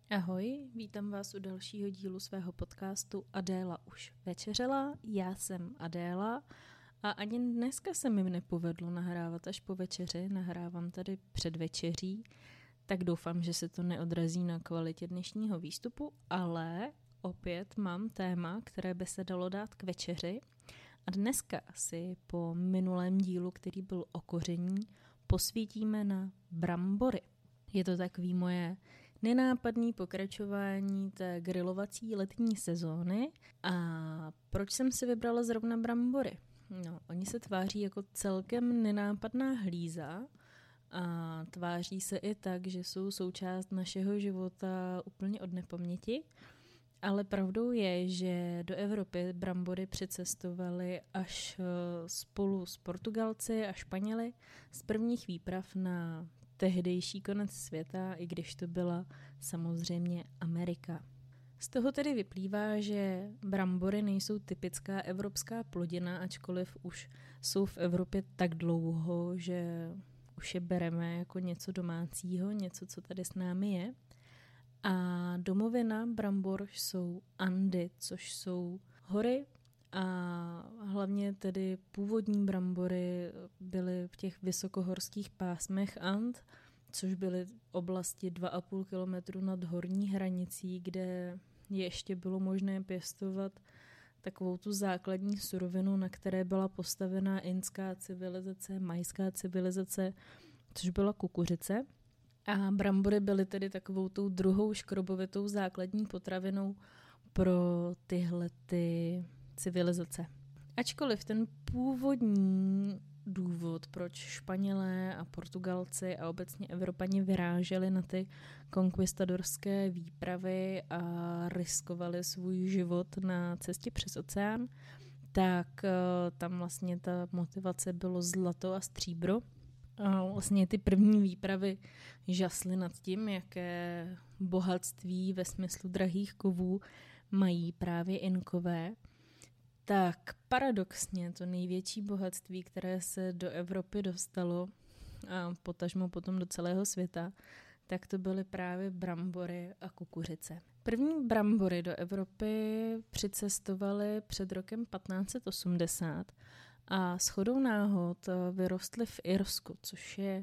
Ahoj, vítám vás u dalšího dílu svého podcastu Adéla už večeřela. Já jsem Adéla a ani dneska se mi nepovedlo nahrávat až po večeři, nahrávám tady před večeří, tak doufám, že se to neodrazí na kvalitě dnešního výstupu, ale opět mám téma, které by se dalo dát k večeři a dneska si po minulém dílu, který byl o koření, posvítíme na brambory. Je to takový moje nenápadný pokračování té grilovací letní sezóny. A proč jsem si vybrala zrovna brambory? No, oni se tváří jako celkem nenápadná hlíza a tváří se i tak, že jsou součást našeho života úplně od nepaměti. Ale pravdou je, že do Evropy brambory přicestovaly až spolu s Portugalci a Španěli z prvních výprav na tehdejší konec světa, i když to byla samozřejmě Amerika. Z toho tedy vyplývá, že brambory nejsou typická evropská plodina, ačkoliv už jsou v Evropě tak dlouho, že už je bereme jako něco domácího, něco, co tady s námi je. A domovina brambor jsou Andy, což jsou hory a hlavně tedy původní brambory byly v těch vysokohorských pásmech And, což byly oblasti 2,5 kilometru nad horní hranicí, kde ještě bylo možné pěstovat takovou tu základní surovinu, na které byla postavená indská civilizace, majská civilizace, což byla kukuřice. A brambory byly tedy takovou tou druhou škrobovitou základní potravinou pro tyhle ty civilizace. Ačkoliv ten původní důvod, proč Španělé a Portugalci a obecně Evropani vyráželi na ty konkvistadorské výpravy a riskovali svůj život na cestě přes oceán, tak tam vlastně ta motivace bylo zlato a stříbro. A vlastně ty první výpravy žasly nad tím, jaké bohatství ve smyslu drahých kovů mají právě Inkové. Tak paradoxně to největší bohatství, které se do Evropy dostalo a potažmo potom do celého světa, tak to byly právě brambory a kukuřice. První brambory do Evropy přicestovaly před rokem 1580 a shodou náhod vyrostly v Irsku, což je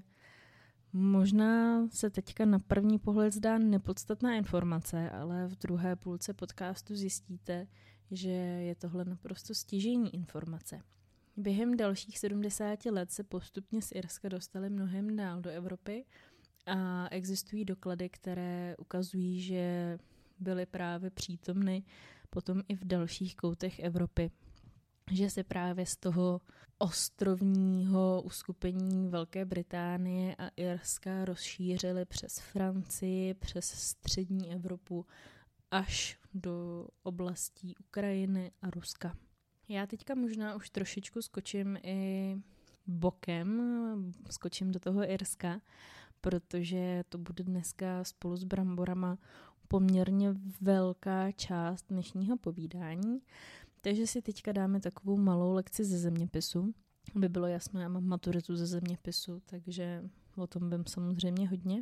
možná se teďka na první pohled zdá nepodstatná informace, ale v druhé půlce podcastu zjistíte, že je tohle naprosto stěžejní informace. Během dalších 70 let se postupně z Irska dostaly mnohem dál do Evropy a existují doklady, které ukazují, že byly právě přítomny potom i v dalších koutech Evropy. Že se právě z toho ostrovního uskupení Velké Británie a Irska rozšířily přes Francii, přes střední Evropu až do oblastí Ukrajiny a Ruska. Já teďka možná už trošičku skočím i bokem, skočím do toho Irska, protože to bude dneska spolu s bramborama poměrně velká část dnešního povídání. Takže si teďka dáme takovou malou lekci ze zeměpisu, aby bylo jasno, já mám maturitu ze zeměpisu, takže o tom vím samozřejmě hodně.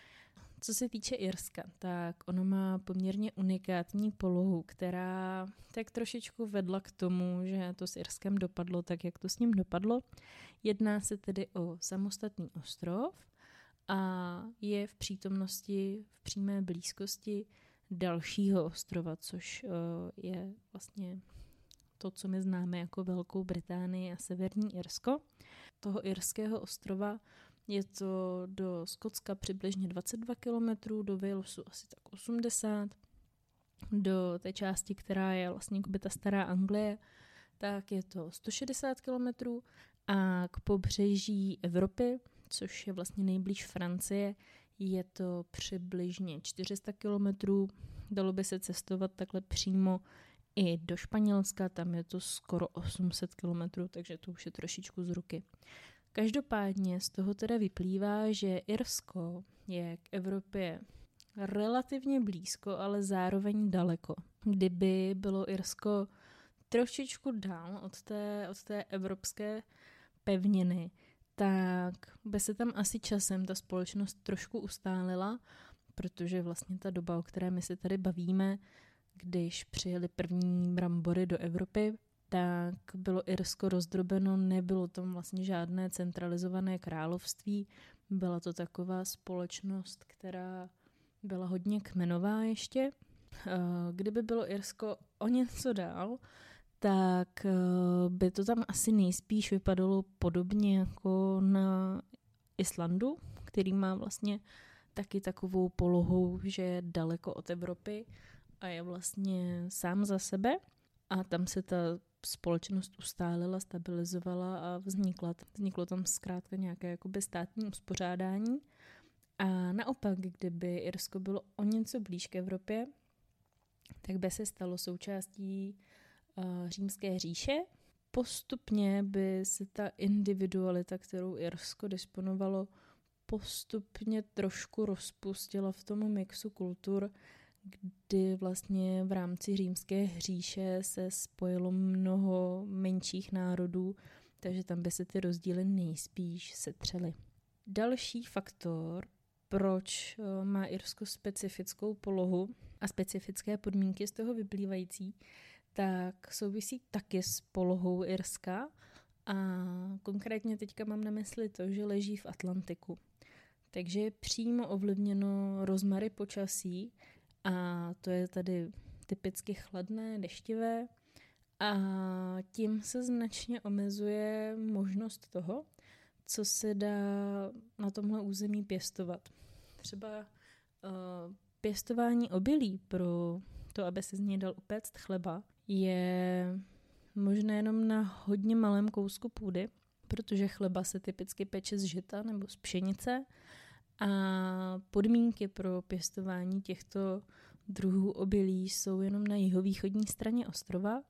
Co se týče Irska, tak ono má poměrně unikátní polohu, která tak trošičku vedla k tomu, že to s Irskem dopadlo tak, jak to s ním dopadlo. Jedná se tedy o samostatný ostrov a je v přítomnosti, v přímé blízkosti dalšího ostrova, což je vlastně to, co my známe jako Velkou Británii a Severní Irsko. Toho irského ostrova je to do Skotska přibližně 22 km, do Walesu asi tak 80, do té části, která je vlastně by ta stará Anglie, tak je to 160 km a k pobřeží Evropy, což je vlastně nejblíž Francie, je to přibližně 400 km. Dalo by se cestovat takhle přímo i do Španělska, tam je to skoro 800 km, takže to už je trošičku z ruky. Každopádně z toho teda vyplývá, že Irsko je k Evropě relativně blízko, ale zároveň daleko. Kdyby bylo Irsko trošičku dál od té evropské pevniny, tak by se tam asi časem ta společnost trošku ustálila, protože vlastně ta doba, o které my se tady bavíme, když přijeli první brambory do Evropy, tak bylo Irsko rozdrobeno, nebylo tam vlastně žádné centralizované království, byla to taková společnost, která byla hodně kmenová ještě. Kdyby bylo Irsko o něco dál, tak by to tam asi nejspíš vypadalo podobně jako na Islandu, který má vlastně taky takovou polohu, že je daleko od Evropy a je vlastně sám za sebe. A tam se ta společnost ustálila, stabilizovala a vzniklo tam zkrátka nějaké jakoby státní uspořádání. A naopak, kdyby Irsko bylo o něco blíž k Evropě, tak by se stalo součástí Římské říše. Postupně by se ta individualita, kterou Irsko disponovalo, postupně trošku rozpustila v tom mixu kultur, kdy vlastně v rámci Římské říše se spojilo mnoho menších národů, takže tam by se ty rozdíly nejspíš setřely. Další faktor, proč má Irsko specifickou polohu a specifické podmínky z toho vyplývající, tak souvisí taky s polohou Irska a konkrétně teďka mám na mysli to, že leží v Atlantiku. Takže je přímo ovlivněno rozmary počasí a to je tady typicky chladné, deštivé a tím se značně omezuje možnost toho, co se dá na tomhle území pěstovat. Třeba pěstování obilí pro to, aby se z něj dal upéct chleba, je možné jenom na hodně malém kousku půdy, protože chleba se typicky peče z žita nebo z pšenice a podmínky pro pěstování těchto druhů obilí jsou jenom na jihovýchodní straně ostrova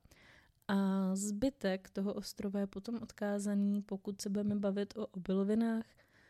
a zbytek toho ostrova je potom odkázaný, pokud se budeme bavit o obilovinách,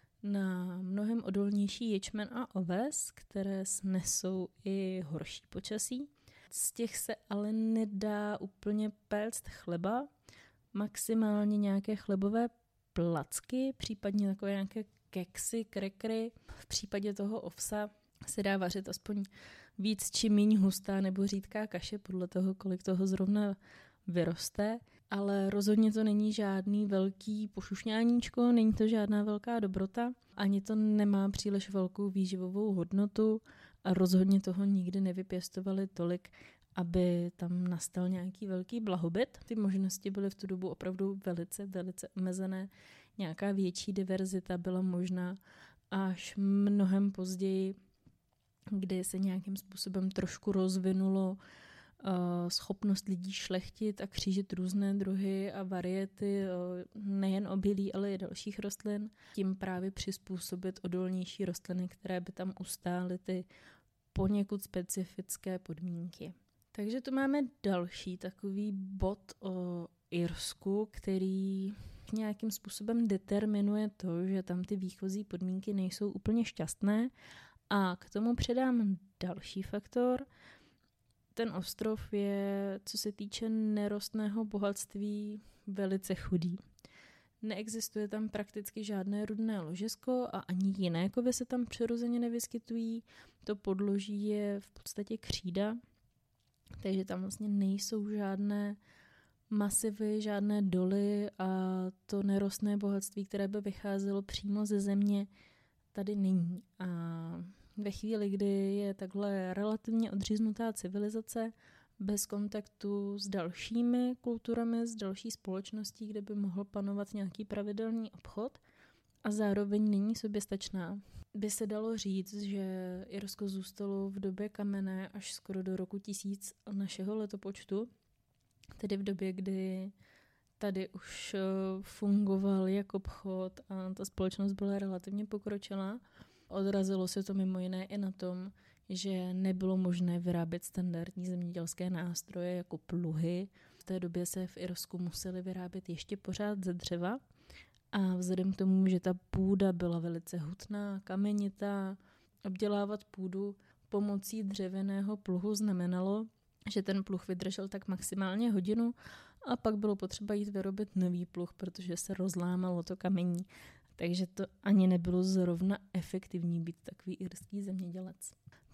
na mnohem odolnější ječmen a oves, které snesou i horší počasí. Z těch se ale nedá úplně péct chleba, maximálně nějaké chlebové placky, případně takové nějaké keksy, krekry. V případě toho ovsa se dá vařit aspoň víc či míň hustá nebo řídká kaše, podle toho, kolik toho zrovna vyroste. Ale rozhodně to není žádný velký pošušňáníčko, není to žádná velká dobrota, ani to nemá příliš velkou výživovou hodnotu a rozhodně toho nikdy nevypěstovali tolik, aby tam nastal nějaký velký blahobyt. Ty možnosti byly v tu dobu opravdu velice, velice omezené. Nějaká větší diverzita byla možná až mnohem později, kdy se nějakým způsobem trošku rozvinulo schopnost lidí šlechtit a křížit různé druhy a variety, nejen obilí, ale i dalších rostlin. Tím právě přizpůsobit odolnější rostliny, které by tam ustály ty poněkud specifické podmínky. Takže tu máme další takový bod o Irsku, který nějakým způsobem determinuje to, že tam ty výchozí podmínky nejsou úplně šťastné. A k tomu předám další faktor. Ten ostrov je, co se týče nerostného bohatství, velice chudý. Neexistuje tam prakticky žádné rudné ložisko a ani jiné kovy se tam přirozeně nevyskytují. To podloží je v podstatě křída, takže tam vlastně nejsou žádné masivy, žádné doly a to nerostné bohatství, které by vycházelo přímo ze země, tady není. A ve chvíli, kdy je takhle relativně odříznutá civilizace, bez kontaktu s dalšími kulturami, s další společností, kde by mohl panovat nějaký pravidelný obchod a zároveň není soběstačná, by se dalo říct, že Irsko zůstalo v době kamenné až skoro do roku 1000 našeho letopočtu, tedy v době, kdy tady už fungoval jak obchod a ta společnost byla relativně pokročilá. Odrazilo se to mimo jiné i na tom, že nebylo možné vyrábět standardní zemědělské nástroje jako pluhy. V té době se v Irsku museli vyrábět ještě pořád ze dřeva a vzhledem k tomu, že ta půda byla velice hutná, kamenitá, obdělávat půdu pomocí dřevěného pluhu znamenalo, že ten pluh vydržel tak maximálně hodinu a pak bylo potřeba jít vyrobit nový pluh, protože se rozlámalo to kamení. Takže to ani nebylo zrovna efektivní být takový irský zemědělec.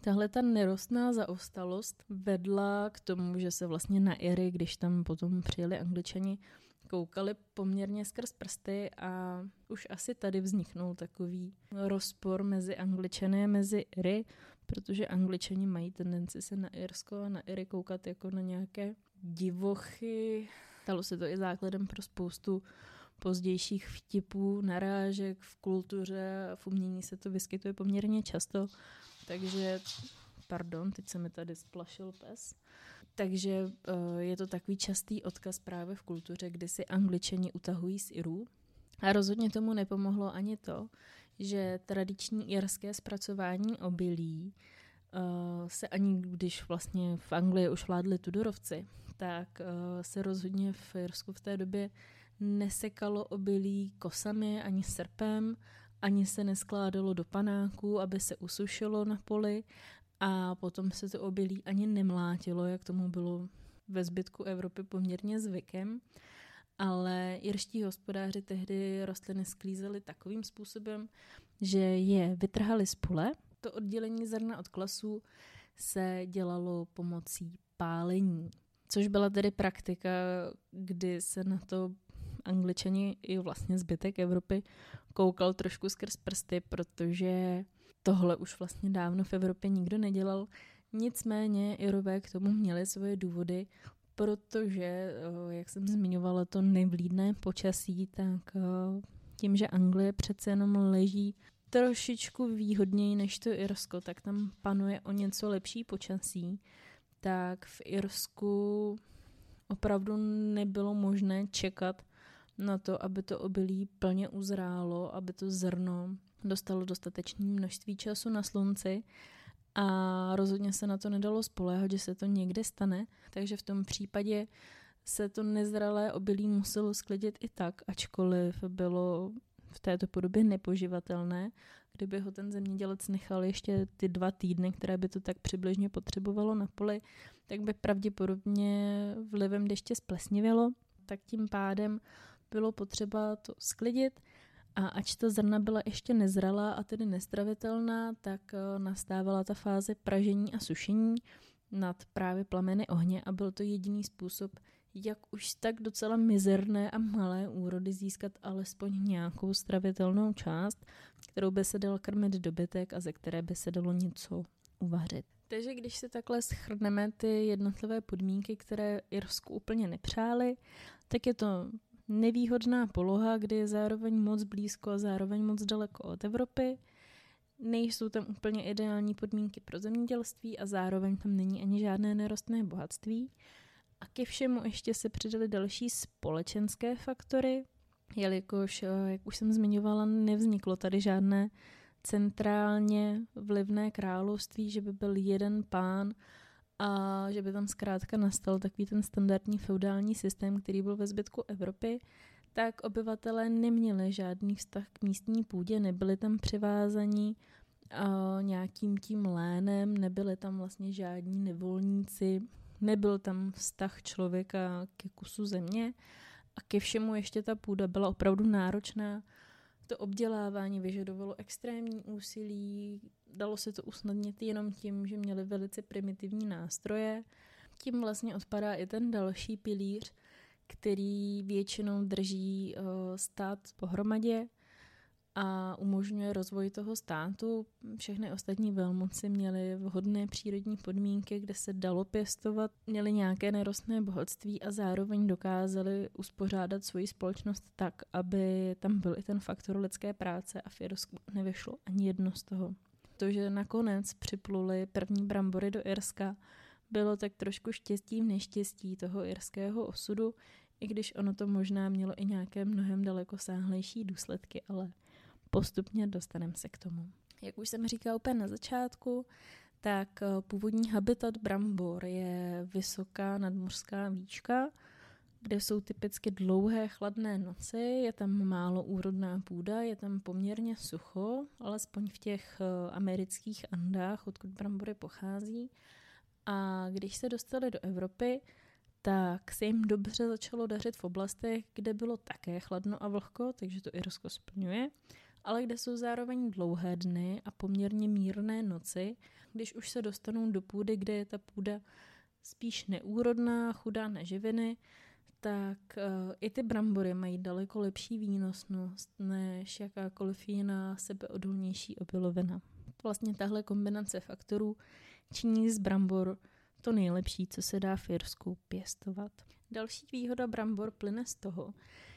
Tahle ta nerostná zaostalost vedla k tomu, že se vlastně na Iry, když tam potom přijeli Angličani, koukali poměrně skrz prsty a už asi tady vzniknul takový rozpor mezi Angličany a mezi Iry, protože Angličani mají tendenci se na Irsko a na Iry koukat jako na nějaké divochy. Stalo se to i základem pro spoustu pozdějších vtipů, narážek v kultuře a v umění se to vyskytuje poměrně často, takže, teď se mi tady splašil pes. Takže je to takový častý odkaz právě v kultuře, kdy si Angličani utahují z Irů. A rozhodně tomu nepomohlo ani to, že tradiční irské zpracování obilí se ani když vlastně v Anglii už vládli Tudorovci, tak se rozhodně v Irsku v té době nesekalo obilí kosami ani srpem, ani se neskládalo do panáků, aby se usušilo na poli a potom se to obilí ani nemlátilo, jak tomu bylo ve zbytku Evropy poměrně zvykem. Ale irští hospodáři tehdy rostliny sklízeli takovým způsobem, že je vytrhali z pole. To oddělení zrna od klasů se dělalo pomocí pálení, což byla tedy praktika, kdy se na to Angličani i vlastně zbytek Evropy koukal trošku skrz prsty, protože tohle už vlastně dávno v Evropě nikdo nedělal. Nicméně Irové k tomu měli svoje důvody, protože, jak jsem zmiňovala, to nevlídné počasí, tak tím, že Anglie přece jenom leží trošičku výhodněji než to Irsko, tak tam panuje o něco lepší počasí, tak v Irsku opravdu nebylo možné čekat na to, aby to obilí plně uzrálo, aby to zrno dostalo dostatečné množství času na slunci a rozhodně se na to nedalo spoléhat, že se to někde stane, takže v tom případě se to nezralé obilí muselo sklidit i tak, ačkoliv bylo v této podobě nepoživatelné. Kdyby ho ten zemědělec nechal ještě ty 2 týdny, které by to tak přibližně potřebovalo na poli, tak by pravděpodobně vlivem deště splesnivělo, tak tím pádem bylo potřeba to sklidit a ač ta zrna byla ještě nezralá a tedy nestravitelná, tak nastávala ta fáze pražení a sušení nad právě plameny ohně a byl to jediný způsob, jak už tak docela mizerné a malé úrody získat alespoň nějakou stravitelnou část, kterou by se dal krmit dobytek a ze které by se dalo něco uvařit. Takže když si takhle shrneme ty jednotlivé podmínky, které Irsku úplně nepřáli, tak je to nevýhodná poloha, kdy je zároveň moc blízko a zároveň moc daleko od Evropy. Nejsou tam úplně ideální podmínky pro zemědělství a zároveň tam není ani žádné nerostné bohatství. A ke všemu ještě se přidaly další společenské faktory, jelikož, jak už jsem zmiňovala, nevzniklo tady žádné centrálně vlivné království, že by byl jeden pán a že by tam zkrátka nastal takový ten standardní feudální systém, který byl ve zbytku Evropy, tak obyvatelé neměli žádný vztah k místní půdě, nebyli tam přivázaní nějakým tím lénem, nebyli tam vlastně žádní nevolníci, nebyl tam vztah člověka ke kusu země a ke všemu ještě ta půda byla opravdu náročná. To obdělávání vyžadovalo extrémní úsilí, dalo se to usnadnit jenom tím, že měli velice primitivní nástroje. Tím vlastně odpadá i ten další pilíř, který většinou drží stát pohromadě a umožňuje rozvoj toho státu. Všechny ostatní velmoci měly vhodné přírodní podmínky, kde se dalo pěstovat, měly nějaké nerostné bohatství a zároveň dokázali uspořádat svoji společnost tak, aby tam byl i ten faktor lidské práce a v Irsku nevyšlo ani jedno z toho. To, že nakonec připluly první brambory do Irska, bylo tak trošku štěstí v neštěstí toho irského osudu, i když ono to možná mělo i nějaké mnohem dalekosáhlejší důsledky, ale postupně dostaneme se k tomu. Jak už jsem říkala úplně na začátku, tak původní habitat brambor je vysoká nadmořská výška, kde jsou typicky dlouhé chladné noci, je tam málo úrodná půda, je tam poměrně sucho, alespoň v těch amerických Andách, odkud brambory pochází. A když se dostali do Evropy, tak se jim dobře začalo dařit v oblastech, kde bylo také chladno a vlhko, takže to Irsko splňuje. ale kde jsou zároveň dlouhé dny a poměrně mírné noci, když už se dostanou do půdy, kde je ta půda spíš neúrodná, chudá na živiny, tak i ty brambory mají daleko lepší výnosnost než jakákoliv jiná sebeodolnější obilovina. Vlastně tahle kombinace faktorů činí z brambor to nejlepší, co se dá v Irsku pěstovat. Další výhoda brambor plyne z toho,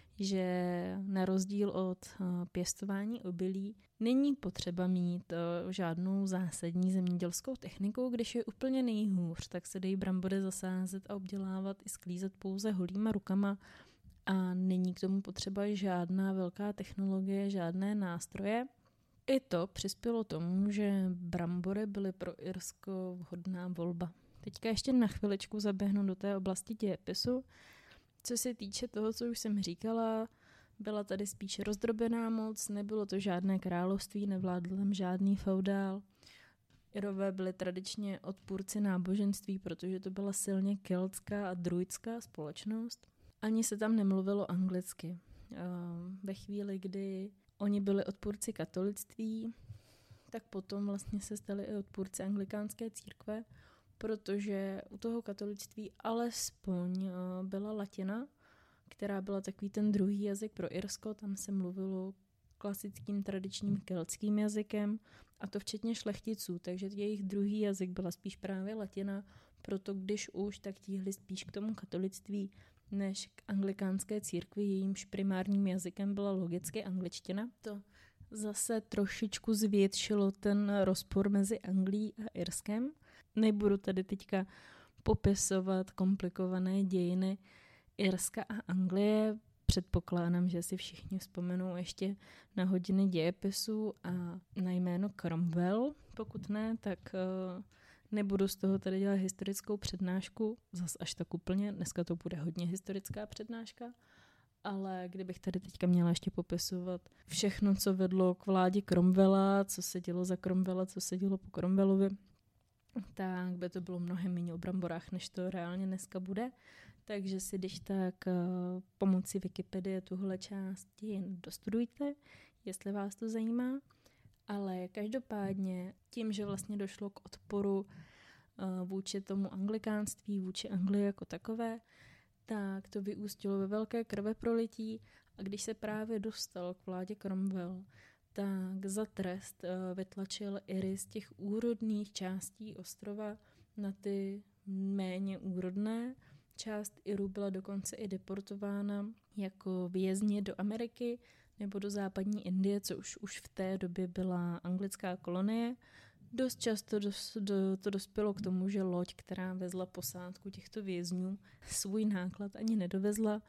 že na rozdíl od pěstování obilí není potřeba mít žádnou zásadní zemědělskou techniku, když je úplně nejhůř, tak se dají brambory zasázet a obdělávat i sklízet pouze holýma rukama a není k tomu potřeba žádná velká technologie, žádné nástroje. I to přispělo tomu, že brambory byly pro Irsko vhodná volba. Teďka ještě na chviličku zaběhnu do té oblasti dějepisu. Co se týče toho, co už jsem říkala, byla tady spíš rozdrobená moc, nebylo to žádné království, nevládl tam žádný feudál. Irové byli tradičně odpůrci náboženství, protože to byla silně keltská a druidská společnost. Ani se tam nemluvilo anglicky. Ve chvíli, kdy oni byli odpůrci katolictví, tak potom vlastně se stali i odpůrci anglikánské církve, protože u toho katolictví alespoň byla latina, která byla takový ten druhý jazyk pro Irsko, tam se mluvilo klasickým tradičním keltským jazykem, a to včetně šlechticů, takže jejich druhý jazyk byla spíš právě latina, proto když už, tak tíhli spíš k tomu katolictví než k anglikánské církvi, jejímž primárním jazykem byla logicky angličtina. To zase trošičku zvětšilo ten rozpor mezi Anglií a Irskem. Nebudu tady teďka popisovat komplikované dějiny Irska a Anglie. Předpokládám, že si všichni vzpomenou ještě na hodiny dějepisu a na jméno Cromwell. Pokud ne, tak nebudu z toho tady dělat historickou přednášku, zas až tak úplně, dneska to bude hodně historická přednáška, ale kdybych tady teďka měla ještě popisovat všechno, co vedlo k vládě Cromwella, co se dělo za Cromwella, co se dělo po Cromwellovi, tak by to bylo mnohem méně o bramborách, než to reálně dneska bude. Takže si když tak pomocí Wikipedie tuhle část jen dostudujte, jestli vás to zajímá. Ale každopádně tím, že vlastně došlo k odporu vůči tomu anglikánství, vůči Anglii jako takové, tak to vyústilo ve velké krveprolití a když se právě dostal k vládě Cromwell, tak za trest vytlačil Iry z těch úrodných částí ostrova na ty méně úrodné. Část Irů byla dokonce i deportována jako vězni do Ameriky nebo do západní Indie, což už v té době byla anglická kolonie. Dost často to dospělo k tomu, že loď, která vezla posádku těchto vězňů, svůj náklad ani nedovezla,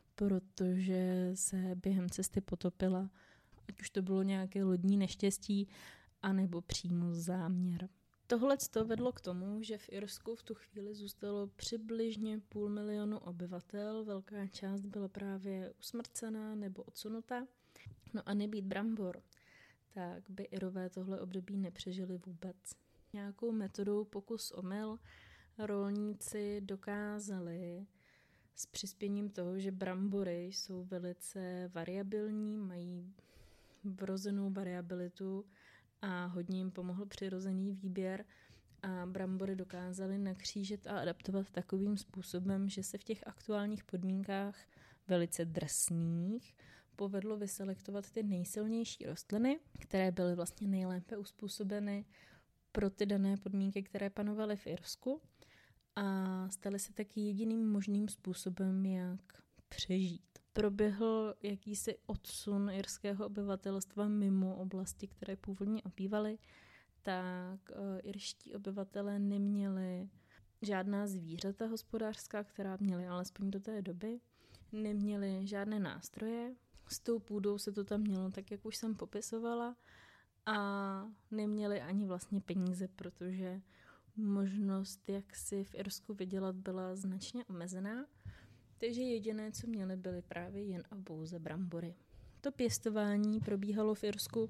protože se během cesty potopila. Ať už to bylo nějaké lodní neštěstí, anebo přímo záměr. Tohle vedlo k tomu, že v Irsku v tu chvíli zůstalo přibližně 500 000 obyvatel, velká část byla právě usmrcená nebo odsunuta. No a nebýt brambor, tak by Irové tohle období nepřežili vůbec. Nějakou metodou pokus omyl rolníci dokázali s přispěním toho, že brambory jsou velice variabilní, mají vrozenou variabilitu a hodně jim pomohl přirozený výběr a brambory dokázali nakřížit a adaptovat takovým způsobem, že se v těch aktuálních podmínkách velice drsných povedlo vyselektovat ty nejsilnější rostliny, které byly vlastně nejlépe uspůsobeny pro ty dané podmínky, které panovaly v Irsku a staly se taky jediným možným způsobem, jak přežít. Proběhl jakýsi odsun irského obyvatelstva mimo oblasti, které původně obývaly, tak irští obyvatelé neměli žádná zvířata hospodářská, která měli alespoň do té doby, neměli žádné nástroje, s tou půdou se to tam mělo tak, jak už jsem popisovala, a neměli ani vlastně peníze, protože možnost, jak si v Irsku vydělat, byla značně omezená. Takže jediné, co měli, byly právě jen a pouze brambory. To pěstování probíhalo v Irsku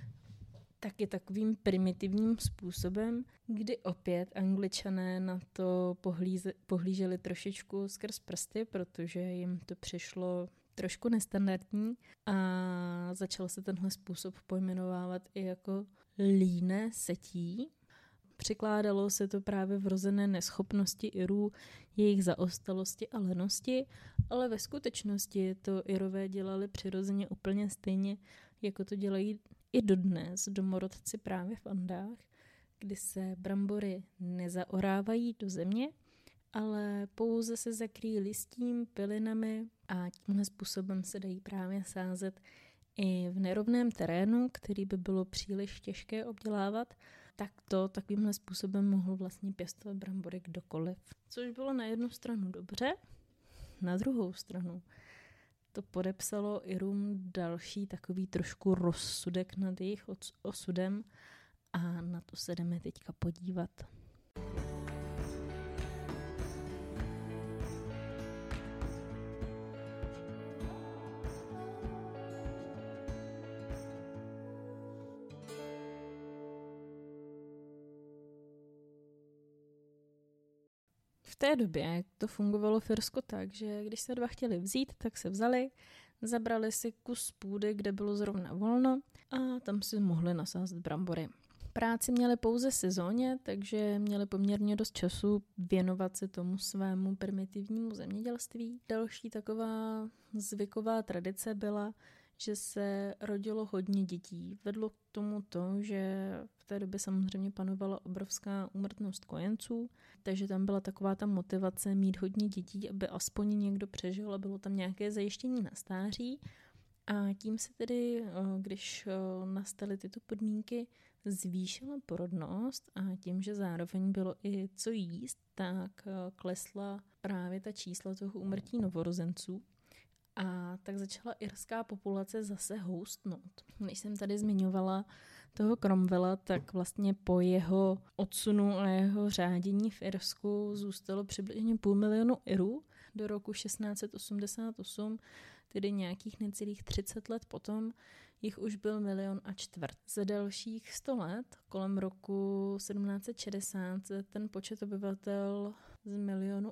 taky takovým primitivním způsobem, kdy opět Angličané na to pohlíželi trošičku skrz prsty, protože jim to přišlo trošku nestandardní a začal se tenhle způsob pojmenovávat i jako líné setí. Přikládalo se to právě vrozené neschopnosti Irů, jejich zaostalosti a lenosti, ale ve skutečnosti to Irové dělali přirozeně úplně stejně, jako to dělají i dodnes domorodci právě v Andách, kdy se brambory nezaorávají do země, ale pouze se zakryjí listím, pilinami a tímhle způsobem se dají právě sázet i v nerovném terénu, který by bylo příliš těžké obdělávat, tak to takovýmhle způsobem mohl vlastně pěstovat brambory kdokoliv. Což bylo na jednu stranu dobře, na druhou stranu to podepsalo Irům další takový trošku rozsudek nad jejich osudem a na to se jdeme teďka podívat. V té době to fungovalo v Irsku tak, že když se dva chtěli vzít, tak se vzali, zabrali si kus půdy, kde bylo zrovna volno a tam si mohli nasázet brambory. Práci měli pouze sezóně, takže měli poměrně dost času věnovat se tomu svému primitivnímu zemědělství. Další taková zvyková tradice byla, že se rodilo hodně dětí. Vedlo k tomu to, že v té době samozřejmě panovala obrovská úmrtnost kojenců, takže tam byla taková ta motivace mít hodně dětí, aby aspoň někdo přežil a bylo tam nějaké zajištění na stáří. A tím se tedy, když nastaly tyto podmínky, zvýšila porodnost a tím, že zároveň bylo i co jíst, tak klesla právě ta čísla toho úmrtí novorozenců. A tak začala irská populace zase houstnout. Když jsem tady zmiňovala toho Cromwella, tak vlastně po jeho odsunu a jeho řádění v Irsku zůstalo přibližně 500 000 Irů do roku 1688, tedy nějakých necelých 30 let potom, jich už byl 1,25 milionu. Za dalších 100 let, kolem roku 1760, se ten počet obyvatel z 1,5 milionu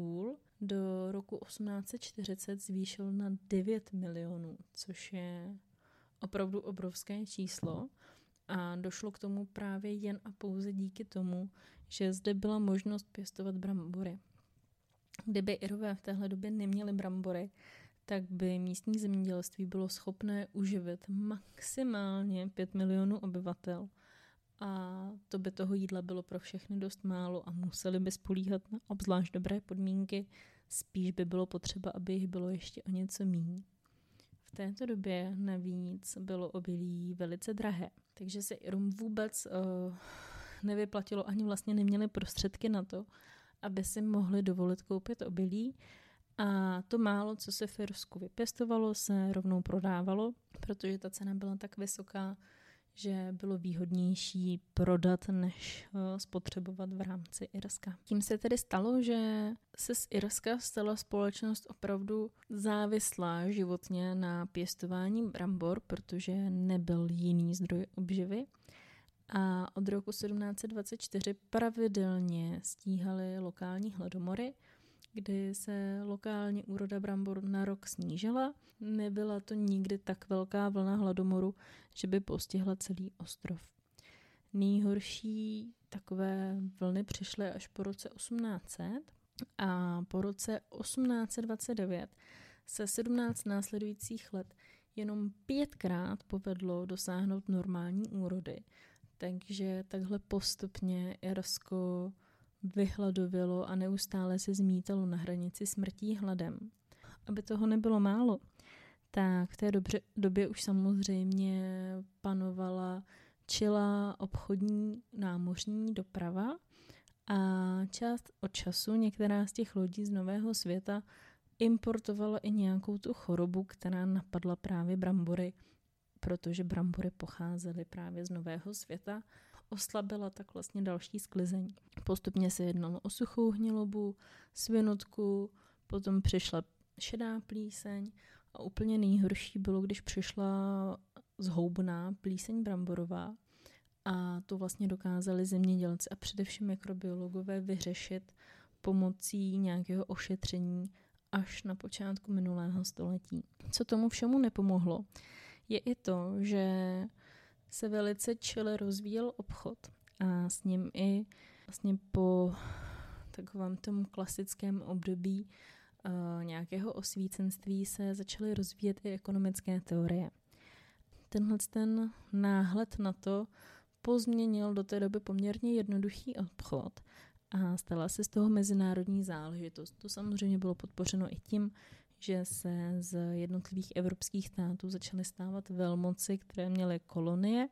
do roku 1840 zvýšil na 9 milionů, což je opravdu obrovské číslo. A došlo k tomu právě jen a pouze díky tomu, že zde byla možnost pěstovat brambory. Kdyby Irové v téhle době neměli brambory, tak by místní zemědělství bylo schopné uživit maximálně 5 milionů obyvatel. A to by toho jídla bylo pro všechny dost málo a museli by spolíhat na obzvlášť dobré podmínky, spíš by bylo potřeba, aby jich bylo ještě o něco míň. V této době navíc bylo obilí velice drahé, takže se Irům vůbec nevyplatilo, ani vlastně neměli prostředky na to, aby si mohli dovolit koupit obilí. A to málo, co se v Irsku vypěstovalo, se rovnou prodávalo, protože ta cena byla tak vysoká, že bylo výhodnější prodat, než spotřebovat v rámci Irska. Tím se tedy stalo, že se z Irska stala společnost opravdu závislá životně na pěstování brambor, protože nebyl jiný zdroj obživy. A od roku 1724 pravidelně stíhaly lokální hladomory, kdy se lokální úroda brambor na rok snížila. Nebyla to nikdy tak velká vlna hladomoru, že by postihla celý ostrov. Nejhorší takové vlny přišly až po roce 1800 a po roce 1829 se 17 následujících let jenom 5krát povedlo dosáhnout normální úrody. Takže takhle postupně Irsko vyhladovělo a neustále se zmítalo na hranici smrtí hladem. Aby toho nebylo málo, tak v té době už samozřejmě panovala čilá obchodní námořní doprava a část od času některá z těch lodí z Nového světa importovala i nějakou tu chorobu, která napadla právě brambory, protože brambory pocházely právě z Nového světa. Oslabila tak vlastně další sklizeň. Postupně se jednalo o suchou hnilobu, svinutku, potom přišla šedá plíseň a úplně nejhorší bylo, když přišla zhoubná plíseň bramborová a to vlastně dokázali zemědělci a především mikrobiologové vyřešit pomocí nějakého ošetření až na počátku minulého století. Co tomu všemu nepomohlo, je i to, že se velice čile rozvíjel obchod a s ním i vlastně po takovém tom klasickém období nějakého osvícenství se začaly rozvíjet i ekonomické teorie. Ten náhled na to pozměnil do té doby poměrně jednoduchý obchod a stala se z toho mezinárodní záležitost. To samozřejmě bylo podpořeno i tím, že se z jednotlivých evropských států začaly stávat velmoci, které měly kolonie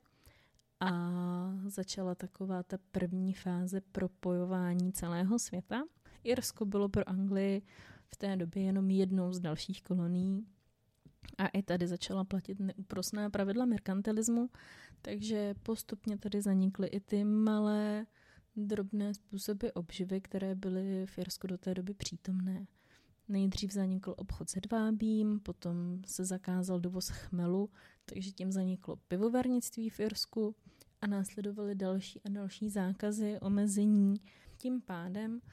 a začala taková ta první fáze propojování celého světa. Irsko bylo pro Anglii v té době jenom jednou z dalších kolonií a i tady začala platit neúprosná pravidla merkantilismu, takže postupně tady zanikly i ty malé, drobné způsoby obživy, které byly v Irsku do té doby přítomné. Nejdřív zanikl obchod s hedvábím, potom se zakázal dovoz chmelu, takže tím zaniklo pivovarnictví v Irsku a následovaly další a další zákazy, omezení. Tím pádem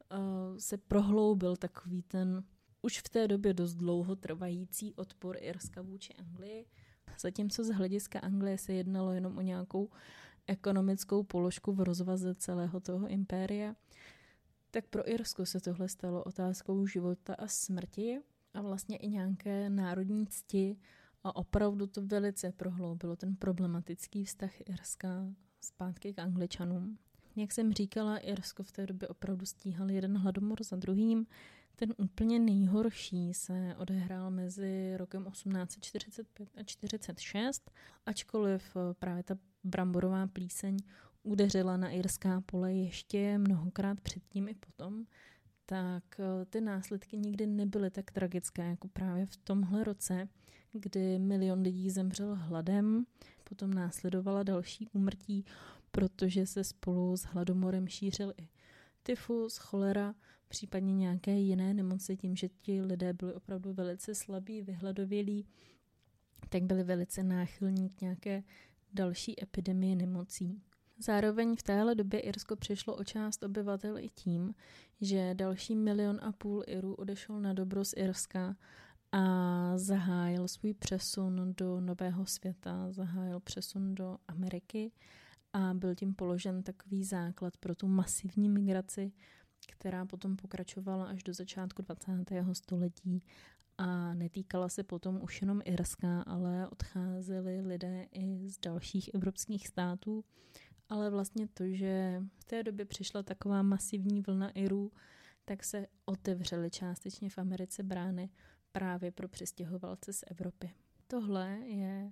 se prohloubil takový ten už v té době dost dlouho trvající odpor Irska vůči Anglii, zatímco z hlediska Anglie se jednalo jenom o nějakou ekonomickou položku v rozvaze celého toho impéria, tak pro Irsko se tohle stalo otázkou života a smrti a vlastně i nějaké národní cti a opravdu to velice prohloubilo ten problematický vztah Irska zpátky k Angličanům. Jak jsem říkala, Irsko v té době opravdu stíhal jeden hladomor za druhým. Ten úplně nejhorší se odehrál mezi rokem 1845 a 1846, ačkoliv právě ta bramborová plíseň udeřila na irská pole ještě mnohokrát předtím i potom, tak ty následky nikdy nebyly tak tragické jako právě v tomhle roce, kdy 1 milion lidí zemřel hladem, potom následovala další úmrtí, protože se spolu s hladomorem šířil i tyfus, cholera, případně nějaké jiné nemoci, tím, že ti lidé byli opravdu velice slabí, vyhladovělí, tak byli velice náchylní k nějaké další epidemii nemocí. Zároveň v téhle době Irsko přišlo o část obyvatel i tím, že další 1,5 milionu Irů odešel na dobro z Irska a zahájil svůj přesun do nového světa, zahájil přesun do Ameriky a byl tím položen takový základ pro tu masivní migraci, která potom pokračovala až do začátku 20. století a netýkala se potom už jenom Irska, ale odcházeli lidé i z dalších evropských států. Ale vlastně to, že v té době přišla taková masivní vlna Irů, tak se otevřely částečně v Americe brány právě pro přistěhovalce z Evropy. Tohle je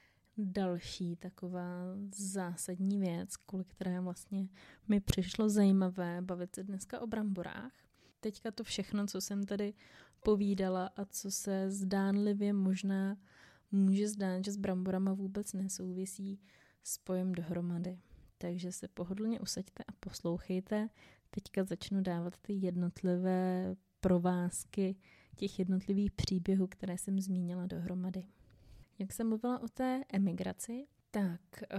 další taková zásadní věc, kvůli které vlastně mi přišlo zajímavé bavit se dneska o bramborách. Teďka to všechno, co jsem tady povídala a co se zdánlivě možná může zdát, že s bramborama vůbec nesouvisí, spojím dohromady. Takže se pohodlně usaďte a poslouchejte. Teďka začnu dávat ty jednotlivé provázky těch jednotlivých příběhů, které jsem zmínila dohromady. Jak jsem mluvila o té emigraci, tak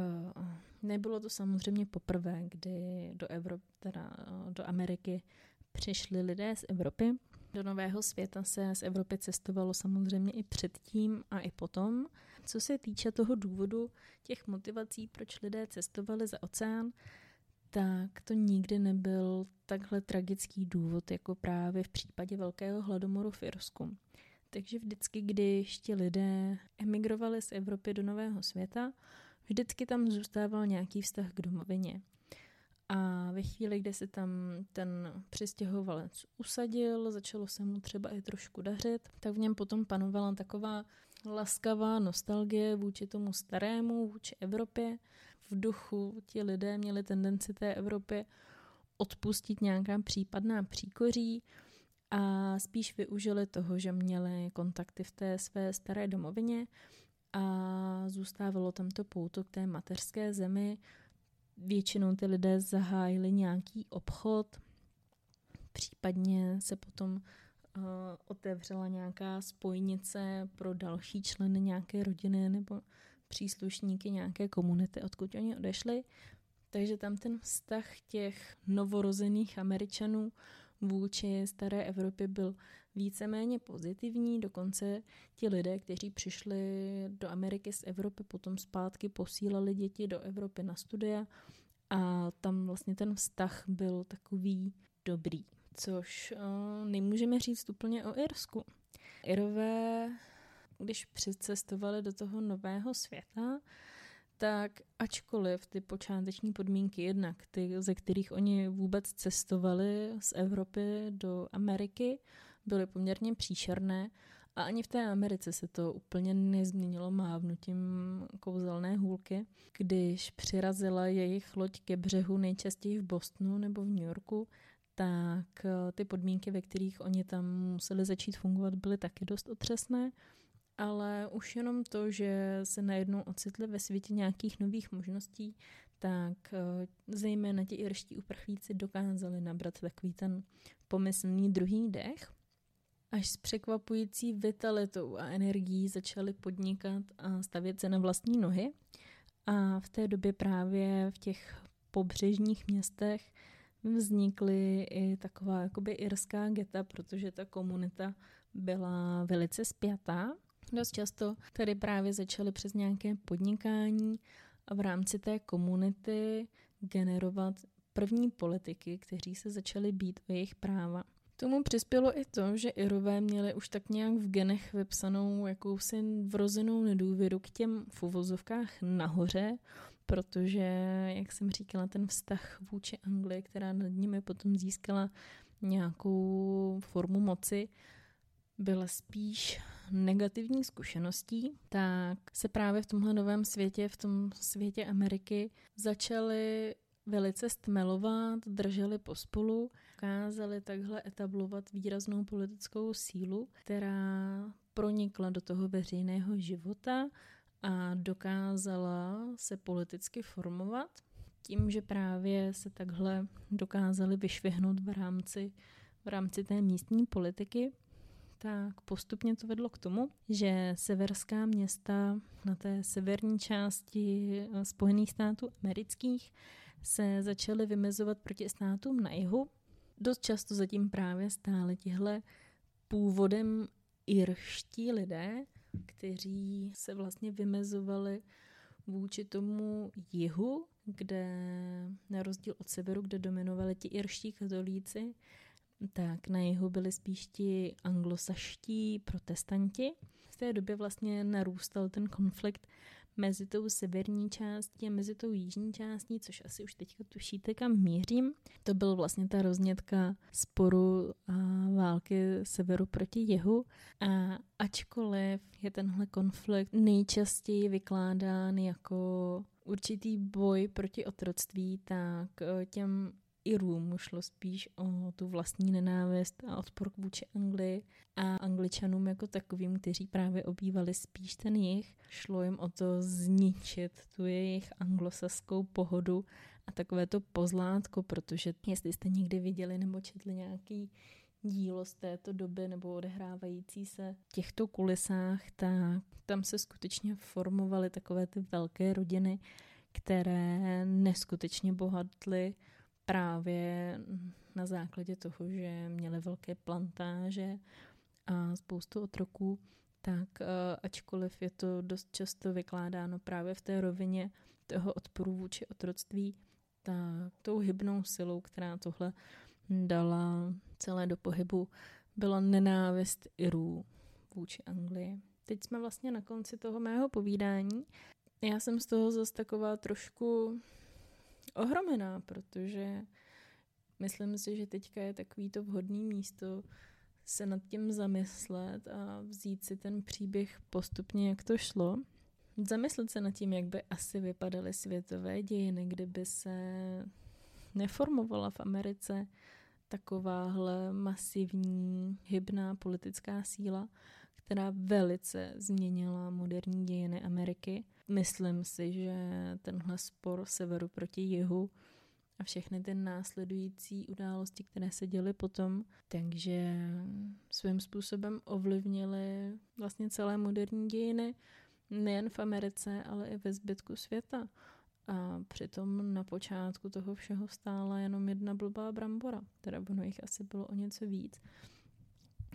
nebylo to samozřejmě poprvé, kdy do Ameriky přišli lidé z Evropy. Do nového světa se z Evropy cestovalo samozřejmě i předtím a i potom. Co se týče toho důvodu, těch motivací, proč lidé cestovali za oceán, tak to nikdy nebyl takhle tragický důvod, jako právě v případě velkého hladomoru v Irsku. Takže vždycky, když ti lidé emigrovali z Evropy do nového světa, vždycky tam zůstával nějaký vztah k domovině. A ve chvíli, kdy se tam ten přistěhovalec usadil, začalo se mu třeba i trošku dařit, tak v něm potom panovala taková laskavá nostalgie vůči tomu starému, vůči Evropě. V duchu ti lidé měli tendenci té Evropě odpustit nějaká případná příkoří a spíš využili toho, že měli kontakty v té své staré domovině a zůstávalo tam to pouto k té mateřské zemi. Většinou ty lidé zahájili nějaký obchod, případně se potom otevřela nějaká spojnice pro další členy nějaké rodiny nebo příslušníky nějaké komunity, odkud oni odešli. Takže tam ten vztah těch novorozených Američanů vůči staré Evropě byl víceméně pozitivní, dokonce ti lidé, kteří přišli do Ameriky z Evropy, potom zpátky posílali děti do Evropy na studia a tam vlastně ten vztah byl takový dobrý, což nemůžeme říct úplně o Irsku. Irové, když přicestovali do toho nového světa, tak ačkoliv ty počáteční podmínky jednak, ty, ze kterých oni vůbec cestovali z Evropy do Ameriky, byly poměrně příšerné a ani v té Americe se to úplně nezměnilo mávnutím kouzelné hůlky. Když přirazila jejich loď ke břehu nejčastěji v Bostonu nebo v New Yorku, tak ty podmínky, ve kterých oni tam museli začít fungovat, byly taky dost otřesné. Ale už jenom to, že se najednou ocitli ve světě nějakých nových možností, tak zejména ti irští uprchlíci dokázali nabrat takový ten pomyslný druhý dech. Až s překvapující vitalitou a energií začali podnikat a stavět se na vlastní nohy. A v té době právě v těch pobřežních městech vznikly i taková jakoby irská geta, protože ta komunita byla velice spjatá. Dost často tady právě začaly přes nějaké podnikání a v rámci té komunity generovat první politiky, kteří se začali bít o jejich práva. K tomu přispělo i to, že Irové měli už tak nějak v genech vypsanou jakousi vrozenou nedůvěru k těm v uvozovkách nahoře, protože, jak jsem říkala, ten vztah vůči Anglii, která nad nimi potom získala nějakou formu moci, byla spíš negativní zkušeností, tak se právě v tomhle novém světě, v tom světě Ameriky, začaly velice stmelovat, drželi pospolu, dokázali takhle etablovat výraznou politickou sílu, která pronikla do toho veřejného života a dokázala se politicky formovat tím, že právě se takhle dokázali vyšvihnout v rámci té místní politiky. Tak postupně to vedlo k tomu, že severská města na té severní části Spojených států amerických se začaly vymezovat proti státům na jihu. Dost často zatím právě stáli tihle původem irští lidé, kteří se vlastně vymezovali vůči tomu jihu, kde na rozdíl od severu, kde dominovali ti irští katolíci, tak na jihu byli spíš ti anglosaští protestanti. V té době vlastně narůstal ten konflikt mezi tou severní částí a mezi tou jižní částí, což asi už teďka tušíte, kam mířím. To byl vlastně ta roznětka sporu a války severu proti jihu. A ačkoliv je tenhle konflikt nejčastěji vykládán jako určitý boj proti otroctví, tak těm Irům šlo spíš o tu vlastní nenávist a odpor vůči Anglii a Angličanům jako takovým, kteří právě obývali spíš ten jih. Šlo jim o to zničit tu jejich anglosaskou pohodu a takové to pozlátko, protože jestli jste někdy viděli nebo četli nějaký dílo z této doby nebo odehrávající se v těchto kulisách, tak tam se skutečně formovaly takové ty velké rodiny, které neskutečně bohatly právě na základě toho, že měli velké plantáže a spoustu otroků, tak ačkoliv je to dost často vykládáno právě v té rovině toho odporu vůči otroctví, tak tou hybnou silou, která tohle dala celé do pohybu, byla nenávist Irů vůči Anglii. Teď jsme vlastně na konci toho mého povídání. Já jsem z toho zase taková trošku ohromená, protože myslím si, že teďka je takový to vhodné místo se nad tím zamyslet a vzít si ten příběh postupně, jak to šlo. Zamyslet se nad tím, jak by asi vypadaly světové dějiny, kdyby se neformovala v Americe takováhle masivní, hybná politická síla, která velice změnila moderní dějiny Ameriky. Myslím si, že tenhle spor severu proti jihu a všechny ty následující události, které se děly potom, takže svým způsobem ovlivnily vlastně celé moderní dějiny, nejen v Americe, ale i ve zbytku světa. A přitom na počátku toho všeho stála jenom jedna blbá brambora, teda ono jich asi bylo o něco víc.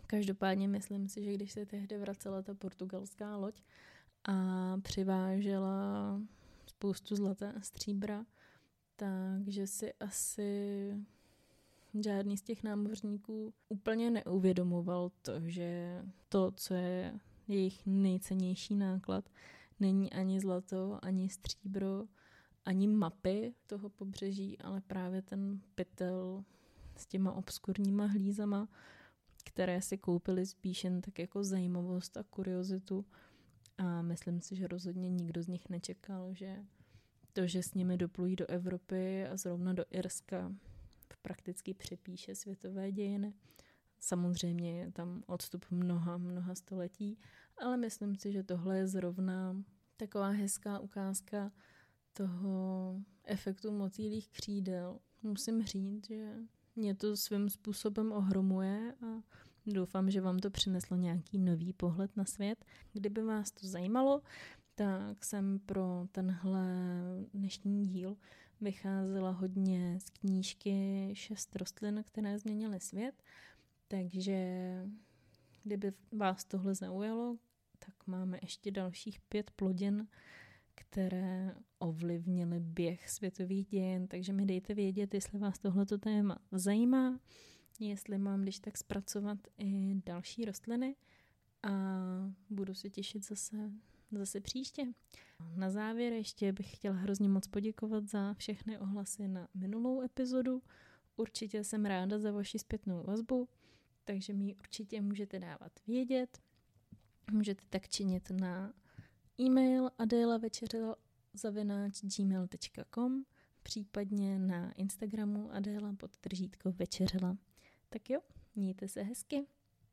Každopádně myslím si, že když se tehdy vracela ta portugalská loď a přivážela spoustu zlata a stříbra, takže si asi žádný z těch námořníků úplně neuvědomoval to, že to, co je jejich nejcennější náklad, není ani zlato, ani stříbro, ani mapy toho pobřeží, ale právě ten pytel s těma obskurníma hlízama, které si koupili spíš jen tak jako zajímavost a kuriozitu. A myslím si, že rozhodně nikdo z nich nečekal, že to, že s nimi doplují do Evropy a zrovna do Irska, prakticky přepíše světové dějiny. Samozřejmě je tam odstup mnoha století, ale myslím si, že tohle je zrovna taková hezká ukázka toho efektu motýlích křídel. Musím říct, že mě to svým způsobem ohromuje a doufám, že vám to přineslo nějaký nový pohled na svět. Kdyby vás to zajímalo, tak jsem pro tenhle dnešní díl vycházela hodně z knížky 6 rostlin, které změnily svět. Takže kdyby vás tohle zaujalo, tak máme ještě dalších 5 plodin, které ovlivnily běh světových dějin. Takže mi dejte vědět, jestli vás tohleto téma zajímá, jestli mám když tak zpracovat i další rostliny a budu se těšit zase příště. Na závěr ještě bych chtěla hrozně moc poděkovat za všechny ohlasy na minulou epizodu. Určitě jsem ráda za vaši zpětnou vazbu, takže mi určitě můžete dávat vědět. Můžete tak činit na e-mail adélavečeřela@gmail.com, případně na Instagramu Adéla_večeřela. Tak jo, mějte se hezky.